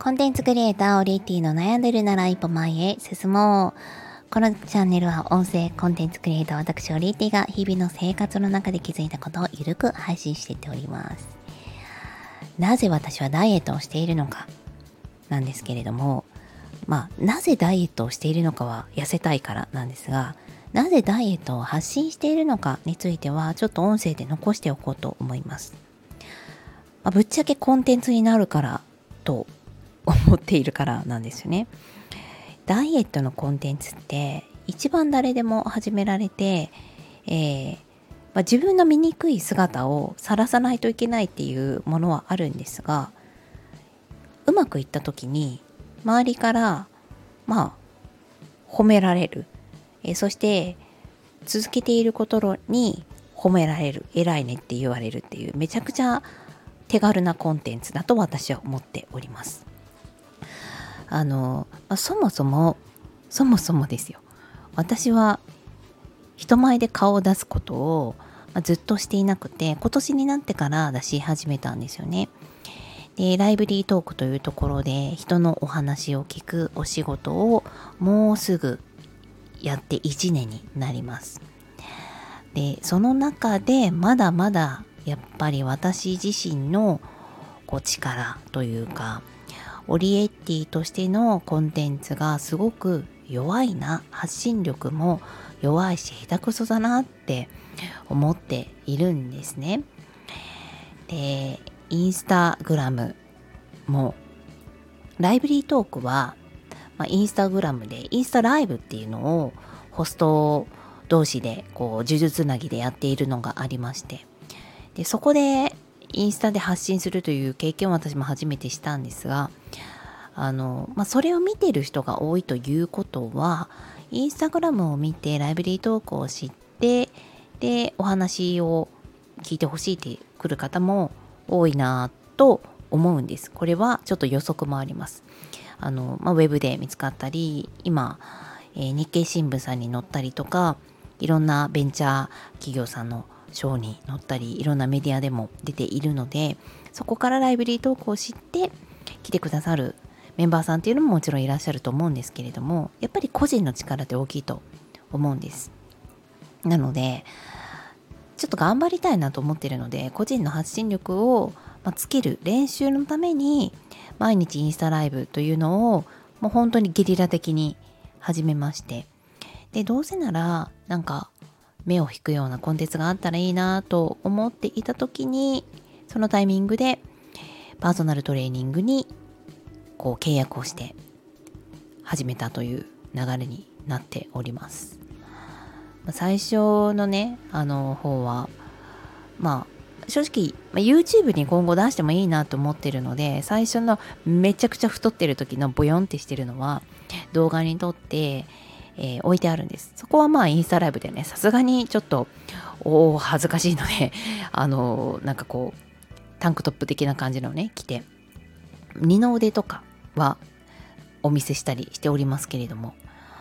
コンテンツクリエイターオリエティの悩んでるなら一歩前へ進もう。このチャンネルは音声コンテンツクリエイター私オリエティが日々の生活の中で気づいたことをゆるく配信していっております。なぜ私はダイエットをしているのかなんですけれども、なぜダイエットをしているのかは痩せたいからなんですが、なぜダイエットを発信しているのかについてはちょっと音声で残しておこうと思います。ぶっちゃけコンテンツになるからと思っているからなんですよね。ダイエットのコンテンツって一番誰でも始められて、自分の醜い姿を晒さないといけないっていうものはあるんですが、うまくいった時に周りから褒められる、そして続けていることに褒められる、偉いねって言われるっていうめちゃくちゃ手軽なコンテンツだと私は思っております。そもそもですよ。私は人前で顔を出すことを、ずっとしていなくて、今年になってから出し始めたんですよね。で、ライブリートークというところで人のお話を聞くお仕事をもうすぐやって1年になります。で、その中でまだまだやっぱり私自身の力というか、オリエッティとしてのコンテンツがすごく弱いな、発信力も弱いし下手くそだなって思っているんですね。で、インスタグラムもライブリートークは、インスタグラムでインスタライブっていうのをホスト同士で呪術つなぎでやっているのがありまして、でそこでインスタで発信するという経験を私も初めてしたんですが、それを見てる人が多いということは、インスタグラムを見てライブリートークを知って、でお話を聞いてほしいってくる方も多いなと思うんです。これはちょっと予測もあります。ウェブで見つかったり、今、日経新聞さんに載ったりとか、いろんなベンチャー企業さんの賞に載ったり、いろんなメディアでも出ているので、そこからライブリートークを知って来てくださるメンバーさんっていうのももちろんいらっしゃると思うんですけれども、やっぱり個人の力って大きいと思うんです。なのでちょっと頑張りたいなと思っているので、個人の発信力をつける練習のために毎日インスタライブというのをもう本当にゲリラ的に始めまして、でどうせなら目を引くようなコンテンツがあったらいいなと思っていた時に、そのタイミングでパーソナルトレーニングに契約をして始めたという流れになっております。最初のね方は正直、YouTube に今後出してもいいなと思ってるので、最初のめちゃくちゃ太ってる時のボヨンってしてるのは動画に撮って、置いてあるんです。そこはインスタライブでね、さすがにちょっと恥ずかしいのでタンクトップ的な感じのね着て、二の腕とかはお見せしたりしておりますけれども、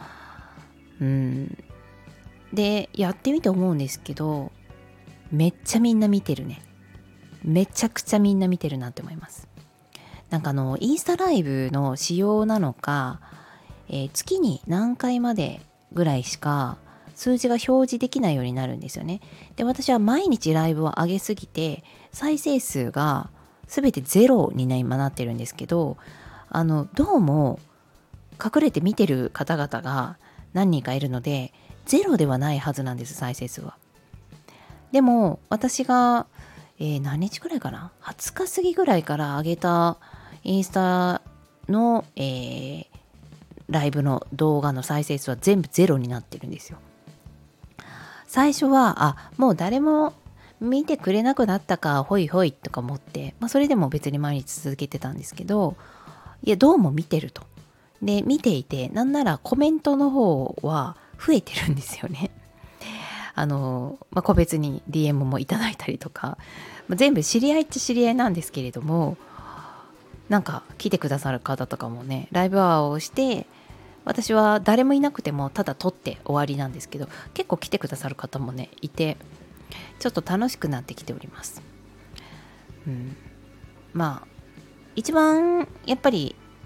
でやってみて思うんですけど、めっちゃみんな見てるね。めちゃくちゃみんな見てるなって思います。インスタライブの仕様なのか、月に何回までぐらいしか数字が表示できないようになるんですよね。で、私は毎日ライブを上げすぎて再生数が全てゼロに今なってるんですけど、どうも隠れて見てる方々が何人かいるのでゼロではないはずなんです、再生数は。でも私が、何日くらいかな、20日過ぎぐらいから上げたインスタの、ライブの動画の再生数は全部ゼロになってるんですよ。最初はもう誰も見てくれなくなったかほいほいとか思って、それでも別に毎日続けてたんですけど、いやどうも見てると。で見ていて、なんならコメントの方は増えてるんですよね。個別に DM もいただいたりとか、全部知り合いっちゃ知り合いなんですけれども、来てくださる方とかもね、ライブアワーをして私は誰もいなくてもただ撮って終わりなんですけど、結構来てくださる方もねいて、ちょっと楽しくなってきております。一番やっぱり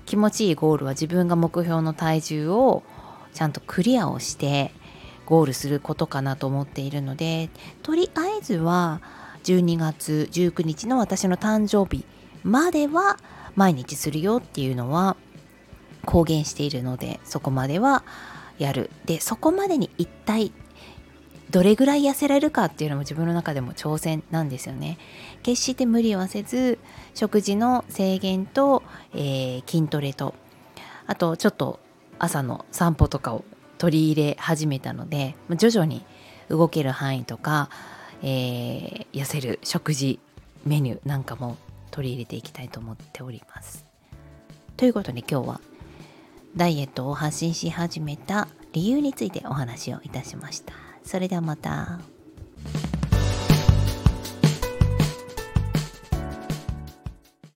気持ちいいゴールは自分が目標の体重をちゃんとクリアをしてゴールすることかなと思っているので、とりあえずは12月19日の私の誕生日までは毎日するよっていうのは公言しているので、そこまではやる。で、そこまでに一体どれぐらい痩せられるかっていうのも自分の中でも挑戦なんですよね。決して無理はせず、食事の制限と、筋トレと、あとちょっと朝の散歩とかを取り入れ始めたので、徐々に動ける範囲とか、痩せる食事メニューなんかも取り入れていきたいと思っております。ということで今日はダイエットを発信し始めた理由についてお話をいたしました。それではまた。